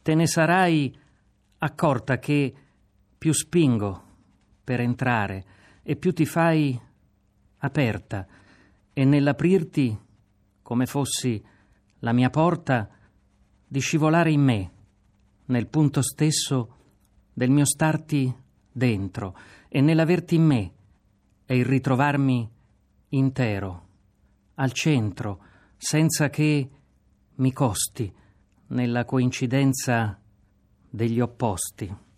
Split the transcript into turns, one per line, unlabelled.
te ne sarai accorta che più spingo per entrare e più ti fai aperta, e nell'aprirti, come fossi la mia porta, di scivolare in me, nel punto stesso del mio starti dentro, e nell'averti in me e il ritrovarmi intero, al centro, senza che mi costi nella coincidenza degli opposti.